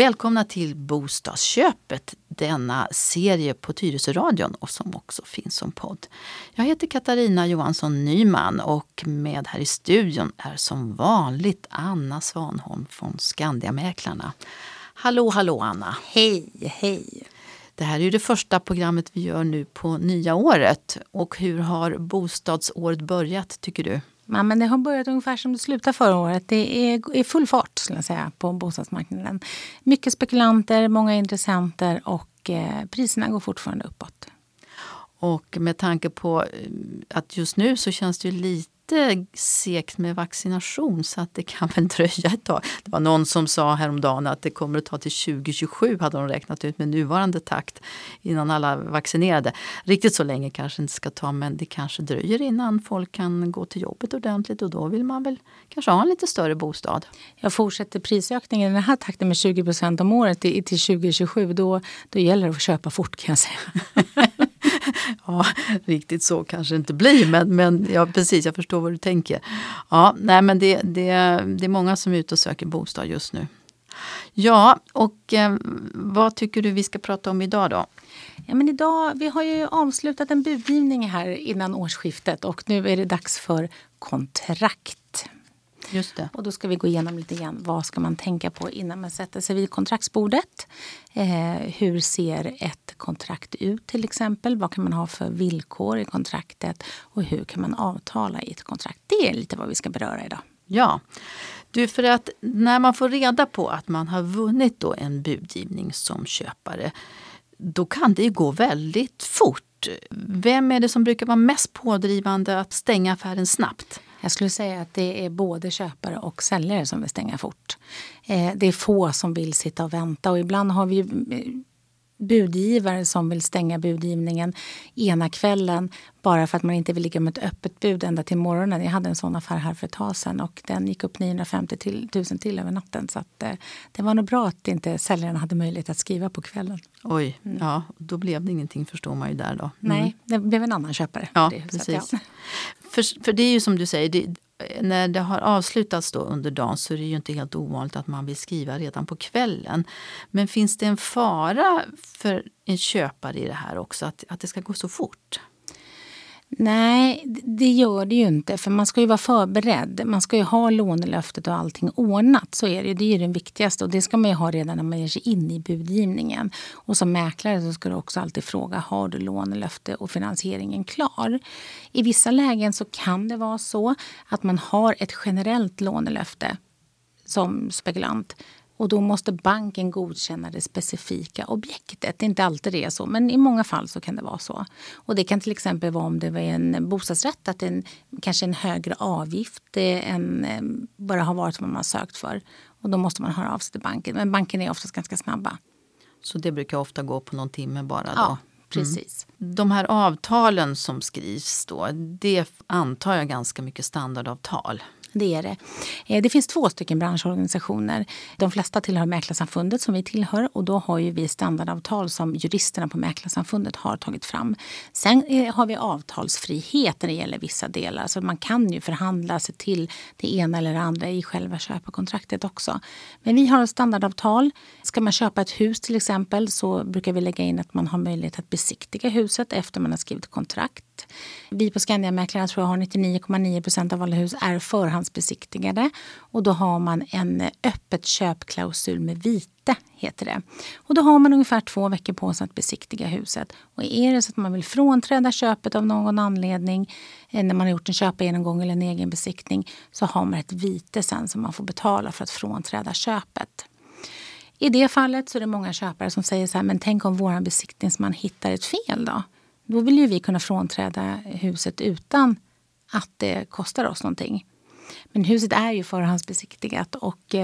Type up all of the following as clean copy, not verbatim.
Välkomna till Bostadsköpet, denna serie på Tyresöradion och som också finns som podd. Jag heter Katarina Johansson Nyman och med här i studion är som vanligt Anna Svanholm från Skandiamäklarna. Hallå Anna! Hej! Det här är ju det första programmet vi gör nu på nya året. Och hur har bostadsåret börjat tycker du? Ja, men det har börjat ungefär som det slutade förra året. Det är full fart skulle jag säga på bostadsmarknaden. Mycket spekulanter, många intressenter och priserna går fortfarande uppåt. Och med tanke på att just nu så känns det ju lite segt med vaccination så att det kan väl dröja ett tag. Det var någon som sa häromdagen att det kommer att ta till 2027 hade de räknat ut med nuvarande takt innan alla vaccinerade. Riktigt så länge kanske inte ska ta men det kanske dröjer innan folk kan gå till jobbet ordentligt och då vill man väl kanske ha en lite större bostad. Jag fortsätter prisökningen i den här takten med 20% om året till 2027 då gäller det att köpa fort kan jag säga. Ja, riktigt så kanske det inte blir, men ja, precis, jag förstår vad du tänker. Ja, nej, men det är många som är ute och söker bostad just nu. Ja, och vad tycker du vi ska prata om idag då? Ja, men idag, vi har ju avslutat en budgivning här innan årsskiftet och nu är det dags för kontrakt. Just det. Och då ska vi gå igenom lite grann vad ska man tänka på innan man sätter sig vid kontraktsbordet. Hur ser ett kontrakt ut till exempel? Vad kan man ha för villkor i kontraktet? Och hur kan man avtala i ett kontrakt? Det är lite vad vi ska beröra idag. Ja, du för att när man får reda på att man har vunnit då en budgivning som köpare då kan det ju gå väldigt fort. Vem är det som brukar vara mest pådrivande att stänga affären snabbt? Jag skulle säga att det är både köpare och säljare som vill stänga fort. Det är få som vill sitta och vänta och ibland har vi budgivare som vill stänga budgivningen ena kvällen bara för att man inte vill ligga med ett öppet bud ända till morgonen. Jag hade en sån affär här för ett tag sedan och den gick upp 950 000 till över natten. Så att, det var nog bra att inte säljaren hade möjlighet att skriva på kvällen. Oj, ja, då blev det ingenting förstår man ju där då. Nej, det blev en annan köpare. Ja, det, precis. Så att, ja. För det är ju som du säger, när det har avslutats då under dagen så är det ju inte helt ovanligt att man vill skriva redan på kvällen. Men finns det en fara för en köpare i det här också, att det ska gå så fort? Nej, det gör det ju inte. För man ska ju vara förberedd. Man ska ju ha lånelöftet och allting ordnat. Så är det. Det är ju det viktigaste. Och det ska man ju ha redan när man ger sig in i budgivningen. Och som mäklare så ska du också alltid fråga, har du lånelöfte och finansieringen klar? I vissa lägen så kan det vara så att man har ett generellt lånelöfte som spekulant. Och då måste banken godkänna det specifika objektet. Det är inte alltid det är så, men i många fall så kan det vara så. Och det kan till exempel vara om det var en bostadsrätt, att det kanske en högre avgift än bara har varit vad man har sökt för. Och då måste man höra av sig till banken. Men banken är oftast ganska snabba. Så det brukar ofta gå på någon timme bara då? Ja, precis. De här avtalen som skrivs då, det antar jag ganska mycket standardavtal. Det är det. Det finns 2 stycken branschorganisationer. De flesta tillhör Mäklarsamfundet som vi tillhör och då har ju vi standardavtal som juristerna på Mäklarsamfundet har tagit fram. Sen har vi avtalsfrihet när det gäller vissa delar. Så man kan ju förhandla sig till det ena eller det andra i själva köparkontraktet också. Men vi har standardavtal. Ska man köpa ett hus till exempel så brukar vi lägga in att man har möjlighet att besiktiga huset efter man har skrivit kontrakt. Vi på Skandiamäklarna tror jag har 99,9% av alla hus är förhandsbesiktigade och då har man en öppet köpklausul med vite heter det. Och då har man ungefär 2 veckor på sig att besiktiga huset. Och är det så att man vill frånträda köpet av någon anledning när man har gjort en köpegenomgång eller en egen besiktning så har man ett vite sen som man får betala för att frånträda köpet. I det fallet så är det många köpare som säger så här, men tänk om våran besiktningsman hittar ett fel då? Då vill ju vi kunna frånträda huset utan att det kostar oss någonting. Men huset är ju förhandsbesiktigat och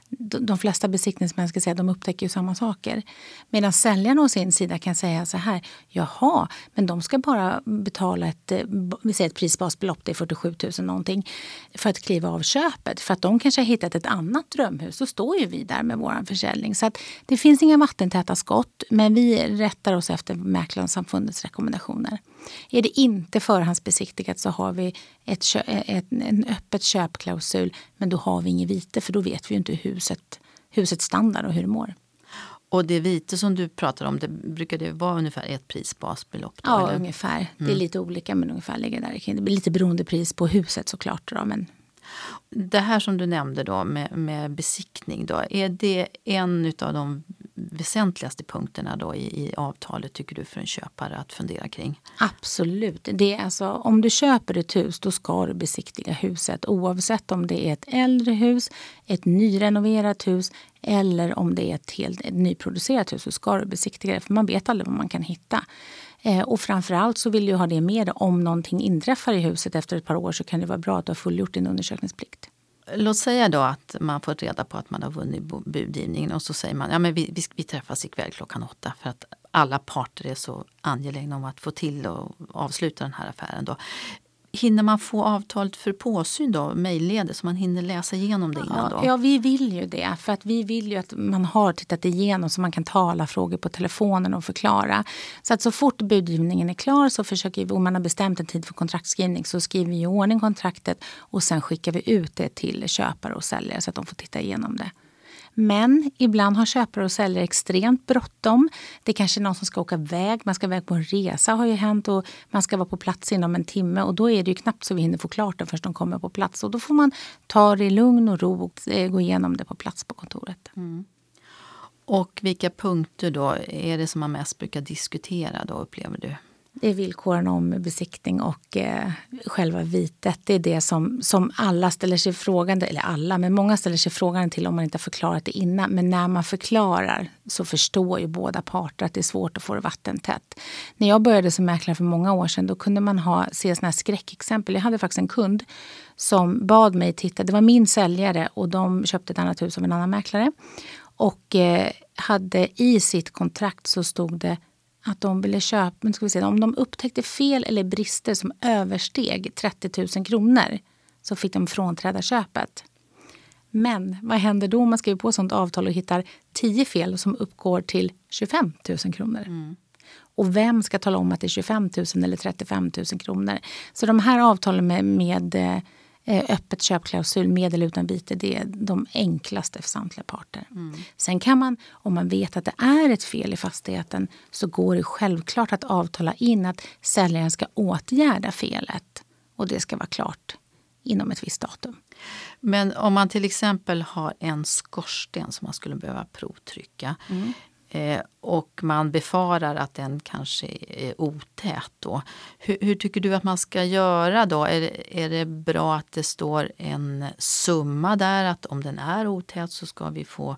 de flesta besiktningsmän ska säga de upptäcker ju samma saker. Medan säljarna å sin sida kan säga så här, jaha, men de ska bara betala ett prisbasbelopp, det är 47 000 någonting, för att kliva av köpet. För att de kanske har hittat ett annat drömhus, så står ju vi där med vår försäljning. Så att det finns inga vattentäta skott, men vi rättar oss efter Mäklarsamfundets rekommendationer. Är det inte förhandsbesiktigat så har vi en öppet köpklausul, men då har vi inget vite för då vet vi ju inte husets standard och hur det mår. Och det vite som du pratar om, det brukar det vara ungefär ett prisbasbelopp? Då, ja, eller? ungefär. Det är lite olika, men ungefär ligger där kring. Det blir lite beroende pris på huset såklart. Då, men... Det här som du nämnde då med besiktning, då, är det en av de väsentligaste punkterna då i avtalet, tycker du, för en köpare att fundera kring? Absolut. Det är alltså, om du köper ett hus, då ska du besiktiga huset. Oavsett om det är ett äldre hus, ett nyrenoverat hus eller om det är ett nyproducerat hus, så ska du besiktiga det. För man vet aldrig vad man kan hitta. Och framförallt så vill du ha det med om någonting inträffar i huset efter ett par år, så kan det vara bra att du har fullgjort din undersökningsplikt. Låt säga då att man får reda på att man har vunnit budgivningen och så säger man, ja men vi träffas ikväll 8:00 för att alla parter är så angelägna om att få till och avsluta den här affären då. Hinner man få avtalet för påsyn då, mejlledes, så man hinner läsa igenom det innan då? Ja, vi vill ju det. För att vi vill ju att man har tittat igenom så man kan ta alla frågor på telefonen och förklara. Så att så fort budgivningen är klar så försöker vi, om man har bestämt en tid för kontraktskrivning, så skriver vi i ordning kontraktet och sen skickar vi ut det till köpare och säljare så att de får titta igenom det. Men ibland har köpare och säljare extremt bråttom. Det kanske är någon som ska åka iväg. Man ska iväg på en resa, har ju hänt, och man ska vara på plats inom en timme. Och då är det ju knappt så vi hinner få klart det först de kommer på plats. Och då får man ta det i lugn och ro och gå igenom det på plats på kontoret. Mm. Och vilka punkter då är det som man mest brukar diskutera då, upplever du? Det är villkoren om besiktning och själva vitet. Det är det som alla ställer sig frågan, eller alla, men många ställer sig frågan till om man inte har förklarat det innan. Men när man förklarar så förstår ju båda parter att det är svårt att få det vattentätt. När jag började som mäklare för många år sedan, då kunde man se såna här skräckexempel. Jag hade faktiskt en kund som bad mig titta. Det var min säljare och de köpte ett annat hus av en annan mäklare. Och hade i sitt kontrakt så stod det att de ville köpa, men ska vi se, om de upptäckte fel eller brister som översteg 30 000 kronor så fick de frånträda köpet. Men vad händer då om man skriver på sånt avtal och hittar 10 fel som uppgår till 25 000 kronor? Mm. Och vem ska tala om att det är 25 000 eller 35 000 kronor? Så de här avtalen med öppet köpklausul med eller utan vite, det är de enklaste för samtliga parter. Mm. Sen kan man, om man vet att det är ett fel i fastigheten, så går det självklart att avtala in att säljaren ska åtgärda felet. Och det ska vara klart inom ett visst datum. Men om man till exempel har en skorsten som man skulle behöva provtrycka. Mm. Och man befarar att den kanske är otät då. Hur tycker du att man ska göra då? Är det bra att det står en summa där, att om den är otät så ska vi få,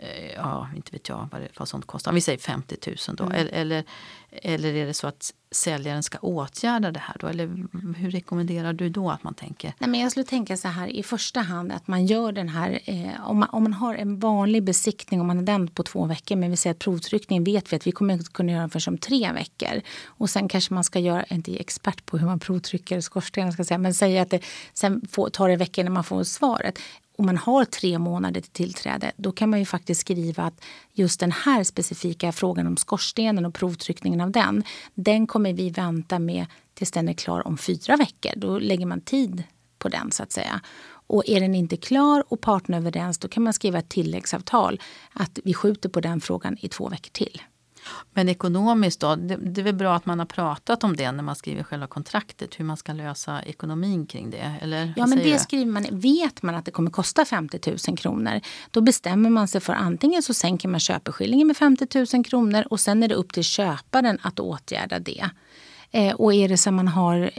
inte vet jag vad sånt kostar. Om vi säger 50 000 då. Mm. Eller är det så att säljaren ska åtgärda det här då? Eller hur rekommenderar du då att man tänker? Nej, men jag skulle tänka så här i första hand att man gör den här, om man har en vanlig besiktning, om man har den på 2 veckor, men vi säger att provtryckning vet vi att vi kommer inte kunna göra den först om 3 veckor. Och sen kanske man ska göra, inte expert på hur man provtrycker skorstenen ska säga, men säga att det sen tar det veckor när man får svaret. Om man har 3 månader till tillträde, då kan man ju faktiskt skriva att just den här specifika frågan om skorstenen och provtryckningen av den kommer vi vänta med tills den är klar om 4 veckor. Då lägger man tid på den så att säga. Och är den inte klar och parterna överens, då kan man skriva ett tilläggsavtal att vi skjuter på den frågan i 2 veckor till. Men ekonomiskt då, det är väl bra att man har pratat om det när man skriver själva kontraktet, hur man ska lösa ekonomin kring det, eller? Ja, men det skriver man, vet man att det kommer kosta 50 000 kronor, då bestämmer man sig för antingen så sänker man köpeskillingen med 50 000 kronor och sen är det upp till köparen att åtgärda det. Och är det så man har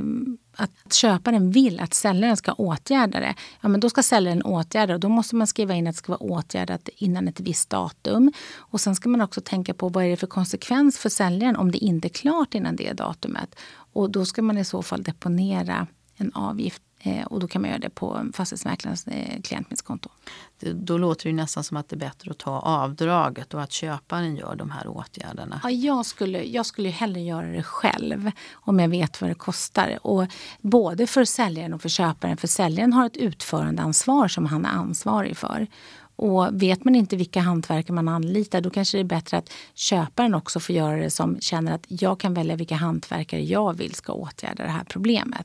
att köparen vill att säljaren ska åtgärda det, ja men då ska säljaren åtgärda och då måste man skriva in att det ska vara åtgärdat innan ett visst datum. Och sen ska man också tänka på vad är det för konsekvens för säljaren om det inte är klart innan det datumet. Och då ska man i så fall deponera en avgift och då kan man göra det på fastighetsmäklarens klientmedelskonto. Då låter det ju nästan som att det är bättre att ta avdraget och att köparen gör de här åtgärderna. Ja, jag skulle ju hellre göra det själv om jag vet vad det kostar. Och både för säljaren och för köparen. För säljaren har ett utförandeansvar som han är ansvarig för. Och vet man inte vilka hantverkare man anlitar, då kanske det är bättre att köparen också får göra det som känner att jag kan välja vilka hantverkare jag vill ska åtgärda det här problemet.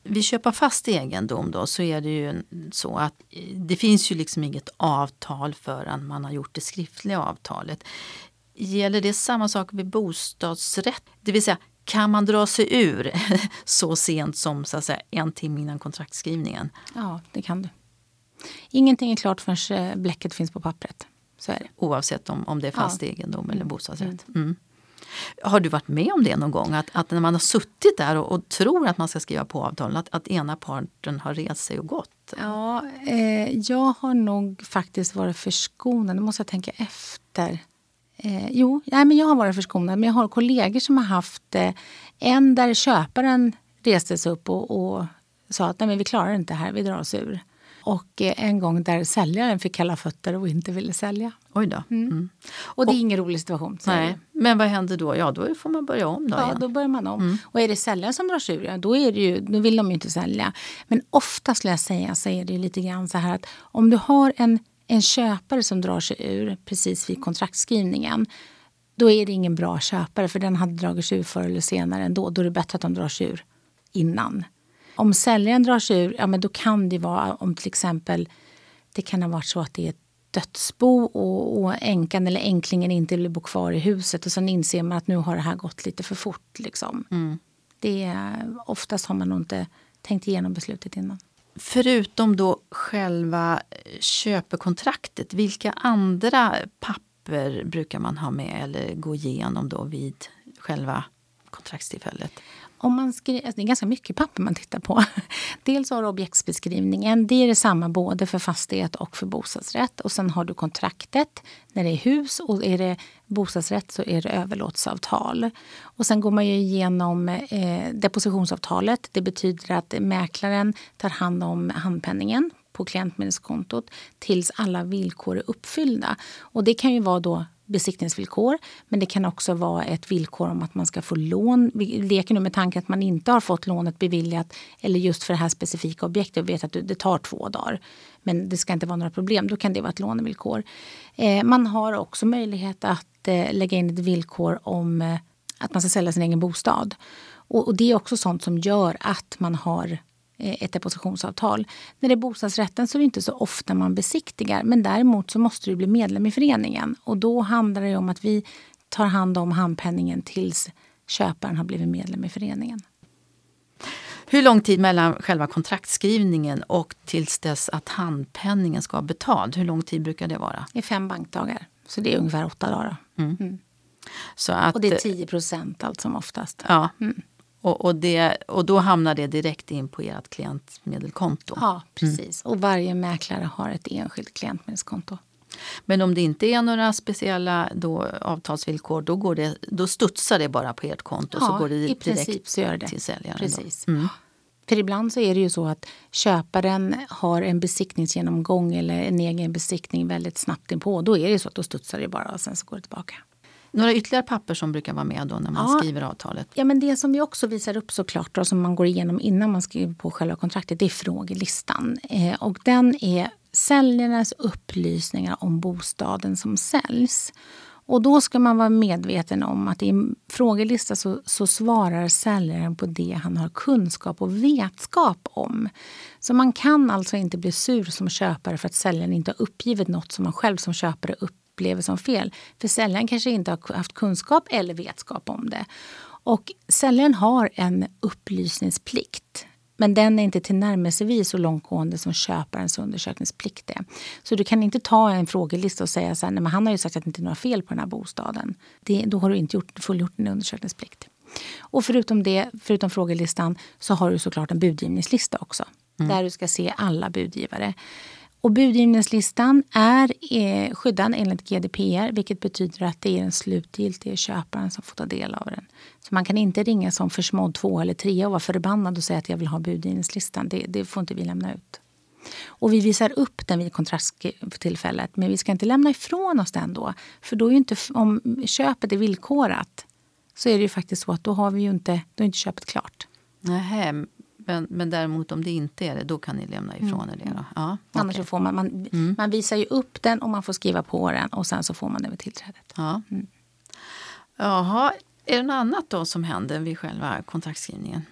vid köpa fast egendom då, så är det ju så att det finns ju liksom inget avtal förrän man har gjort det skriftliga avtalet. Gäller det samma sak vid bostadsrätt? Det vill säga, kan man dra sig ur så sent som så att säga, 1 timme innan kontraktskrivningen? Ja, det kan du. Ingenting är klart förrän bläcket finns på pappret. Så är det. Oavsett om det är fast egendom eller bostadsrätt. Mm. Har du varit med om det någon gång? Att när man har suttit där och tror att man ska skriva på avtalen, att ena parten har rest sig och gått? Ja, jag har nog faktiskt varit förskonad. Nu måste jag tänka efter. Men jag har varit förskonad. Men jag har kollegor som har haft en där köparen reste sig upp och sa att nej, men vi klarar inte det här, vi drar oss ur. Och en gång där säljaren fick kalla fötter och inte ville sälja. Oj då. Mm. Och det är ingen rolig situation. Nej. Men vad händer då? Ja, då får man börja om då igen. Ja, då börjar man om. Och är det säljaren som drar sig ur, då vill de ju inte sälja. Men ofta skulle jag säga så är det ju lite grann så här att om du har en köpare som drar sig ur precis vid kontraktskrivningen, då är det ingen bra köpare, för den hade dragit sig ur förr eller senare ändå. Då är det bättre att de drar sig ur innan. Om säljaren drar sig ur, ja, men då kan det vara om till exempel det kan ha varit så att det är ett dödsbo och änkan eller änklingen inte vill bo kvar i huset och sen inser man att nu har det här gått lite för fort. Liksom. Oftast har man nog inte tänkt igenom beslutet innan. Förutom då själva köpekontraktet, vilka andra papper brukar man ha med eller gå igenom då vid själva kontraktstillfället? Om man det är ganska mycket papper man tittar på. Dels har du objektsbeskrivningen. Det är detsamma både för fastighet och för bostadsrätt. Och sen har du kontraktet när det är hus, och är det bostadsrätt så är det överlåtsavtal. Och sen går man ju igenom depositionsavtalet. Det betyder att mäklaren tar hand om handpenningen på klientmedelskontot tills alla villkor är uppfyllda. Och det kan ju vara då besiktningsvillkor, men det kan också vara ett villkor om att man ska få lån. Vi leker nu med tanken att man inte har fått lånet beviljat eller just för det här specifika objektet och vet att det tar 2 dagar. Men det ska inte vara några problem, då kan det vara ett lånevillkor. Man har också möjlighet att lägga in ett villkor om att man ska sälja sin egen bostad. Och det är också sånt som gör att man har ett depositionsavtal. När det är bostadsrätten så är det inte så ofta man besiktigar, men däremot så måste du bli medlem i föreningen, och då handlar det om att vi tar hand om handpenningen tills köparen har blivit medlem i föreningen. Hur lång tid mellan själva kontraktskrivningen och tills dess att handpenningen ska ha betalt? Hur lång tid brukar det vara? Det är 5 bankdagar, så det är ungefär 8 dagar. Så att, och det är 10% allt som oftast. Ja. Och då hamnar det direkt in på ert klientmedelkonto. Ja, precis. Och varje mäklare har ett enskilt klientmedelskonto. Men om det inte är några speciella avtalsvillkor, då studsar det bara på ert konto, ja, så går det i direkt princip så gör det. Till säljaren. Precis. För ibland så är det ju så att köparen har en besiktningsgenomgång eller en egen besiktning väldigt snabbt inpå. Då är det så att då studsar det bara och sen så går det tillbaka. Några ytterligare papper som brukar vara med då när man skriver avtalet? Ja, men det som vi också visar upp såklart då, som man går igenom innan man skriver på själva kontraktet, det är frågelistan. Och den är säljarnas upplysningar om bostaden som säljs. Och då ska man vara medveten om att i en frågelista så svarar säljaren på det han har kunskap och vetskap om. Så man kan alltså inte bli sur som köpare för att säljaren inte har uppgivit något som man själv som köpare upplever som fel. För säljaren kanske inte har haft kunskap eller vetskap om det. Och säljaren har en upplysningsplikt. Men den är inte tillnärmelsevis så långtgående som köparens undersökningsplikt är. Så du kan inte ta en frågelista och säga så här, nej, men han har ju sagt att det inte är några fel på den här bostaden. Då har du inte fullgjort en undersökningsplikt. Och förutom frågelistan så har du såklart en budgivningslista också. Där du ska se alla budgivare. Och budgivningslistan är skyddad enligt GDPR, vilket betyder att det är den slutgiltiga köparen som får ta del av den. Så man kan inte ringa som försmådd 2 eller 3 och vara förbannad och säga att jag vill ha budgivningslistan. Det får inte vi lämna ut. Och vi visar upp den vid kontraktstillfället, men vi ska inte lämna ifrån oss den då. För då är ju inte, om köpet är villkorat så är det ju faktiskt så att då är inte köpet klart. Nähä. Men däremot om det inte är det, då kan ni lämna ifrån er det då? Ja, okay. Annars så får man visar ju upp den och man får skriva på den och sen så får man det vid tillträdet. Ja. Jaha, är det något annat då som händer vid själva kontraktskrivningen?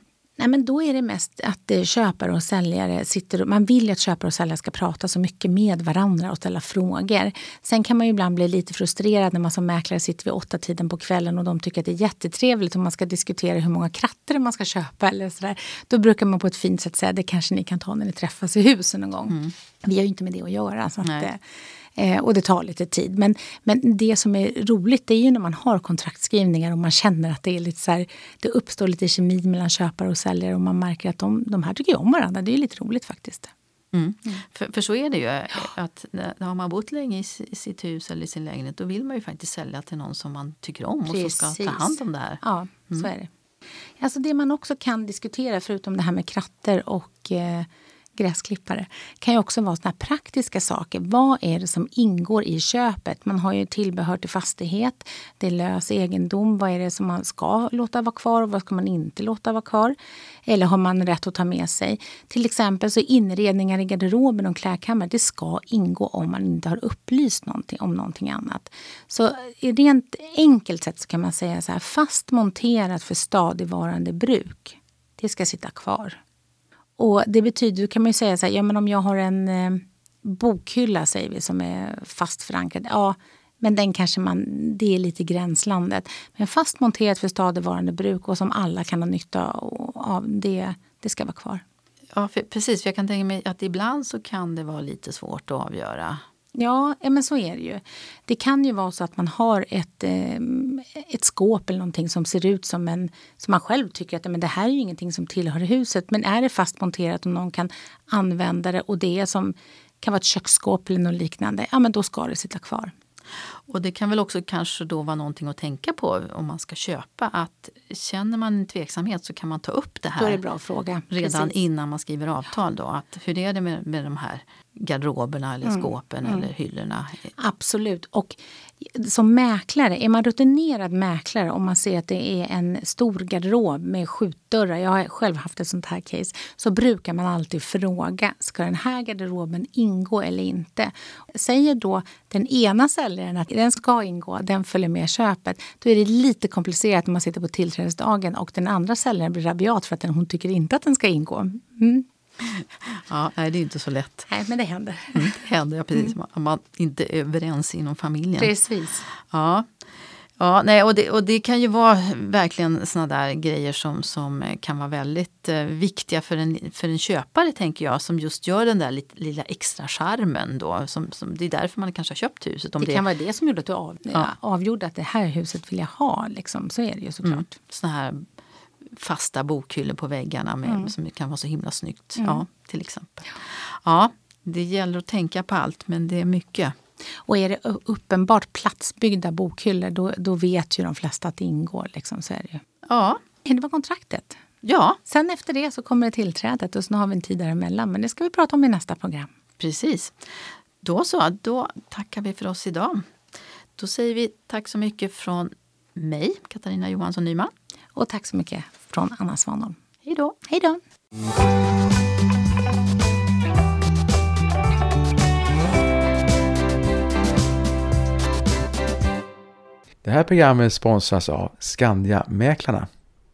Nej, men då är det mest att köpare och säljare man vill ju att köpare och säljare ska prata så mycket med varandra och ställa frågor. Sen kan man ju ibland bli lite frustrerad när man som mäklare sitter vid 8-tiden på kvällen och de tycker att det är jättetrevligt om man ska diskutera hur många kratter man ska köpa eller sådär. Då brukar man på ett fint sätt säga det kanske ni kan ta när ni träffas i husen någon gång. Vi har ju inte med det att göra. Så att, och det tar lite tid. Men det som är roligt det är ju när man har kontraktskrivningar och man känner att det är lite så här, det uppstår lite kemi mellan köpare och säljare och man märker att de här tycker om varandra. Det är lite roligt faktiskt. För så är det ju. Att har man bott länge i sitt hus eller i sin lägenhet då vill man ju faktiskt sälja till någon som man tycker om och som ska ta hand om det här. Ja, så är det. Alltså det man också kan diskutera förutom det här med kratter och gräsklippare kan ju också vara såna här praktiska saker. Vad är det som ingår i köpet? Man har ju tillbehör till fastighet, det är lös egendom. Vad är det som man ska låta vara kvar och vad ska man inte låta vara kvar? Eller har man rätt att ta med sig? Till exempel så inredningar i garderoben och klädkammare, det ska ingå om man inte har upplyst om någonting annat. Så i rent enkelt sätt så kan man säga så här, fast monterat för stadigvarande bruk, det ska sitta kvar. Och det betyder, då kan man ju säga så här, ja men om jag har en bokhylla säger vi som är fast förankrad, ja men den kanske det är lite gränslandet. Men fast monterat för stadigvarande bruk och som alla kan ha nytta av, det ska vara kvar. Ja precis, för jag kan tänka mig att ibland så kan det vara lite svårt att avgöra. Ja, men så är det ju. Det kan ju vara så att man har ett skåp eller någonting som ser ut som man själv tycker att men det här är ju ingenting som tillhör huset. Men är det fast monterat och någon kan använda det och det som kan vara ett köksskåp eller något liknande, ja men då ska det sitta kvar. Och det kan väl också kanske då vara någonting att tänka på om man ska köpa. Att känner man en tveksamhet så kan man ta upp det här. Då är det bra fråga. Redan innan man skriver avtal då. Att hur är det med de här garderoberna eller skåpen eller hyllorna? Absolut. Och som mäklare, är man rutinerad mäklare om man ser att det är en stor garderob med skjutdörrar, jag har själv haft ett sånt här case, så brukar man alltid fråga, ska den här garderoben ingå eller inte? Säger då den ena säljaren att den ska ingå, den följer med köpet, då är det lite komplicerat när man sitter på tillträdesdagen och den andra säljaren blir rabiat för att hon tycker inte att den ska ingå. Ja, nej, det är inte så lätt. Nej, men det händer. Det händer, ja, precis. Man inte är överens inom familjen. Precis. Ja, nej, och det kan ju vara verkligen såna där grejer som kan vara väldigt viktiga för en köpare, tänker jag, som just gör den där lilla extra charmen då. Som det är därför man kanske har köpt huset. Det kan vara det som gjorde att du avgjorde att det här huset vill jag ha. Liksom. Så är det ju såklart. Såna här fasta bokhyllor på väggarna som kan vara så himla snyggt. Ja, till exempel. Ja, det gäller att tänka på allt, men det är mycket. Och är det uppenbart platsbyggda bokhyllor, då vet ju de flesta att det ingår. Liksom, så är det ju. Ja. Det var kontraktet. Ja. Sen efter det så kommer det tillträdet och så har vi en tid däremellan. Men det ska vi prata om i nästa program. Precis. Då tackar vi för oss idag. Då säger vi tack så mycket från mig, Katarina Johansson Nyman. Och tack så mycket från Anna Svanholm. Hej då. Hej då. Det här programmet sponsras av Skandia Mäklarna.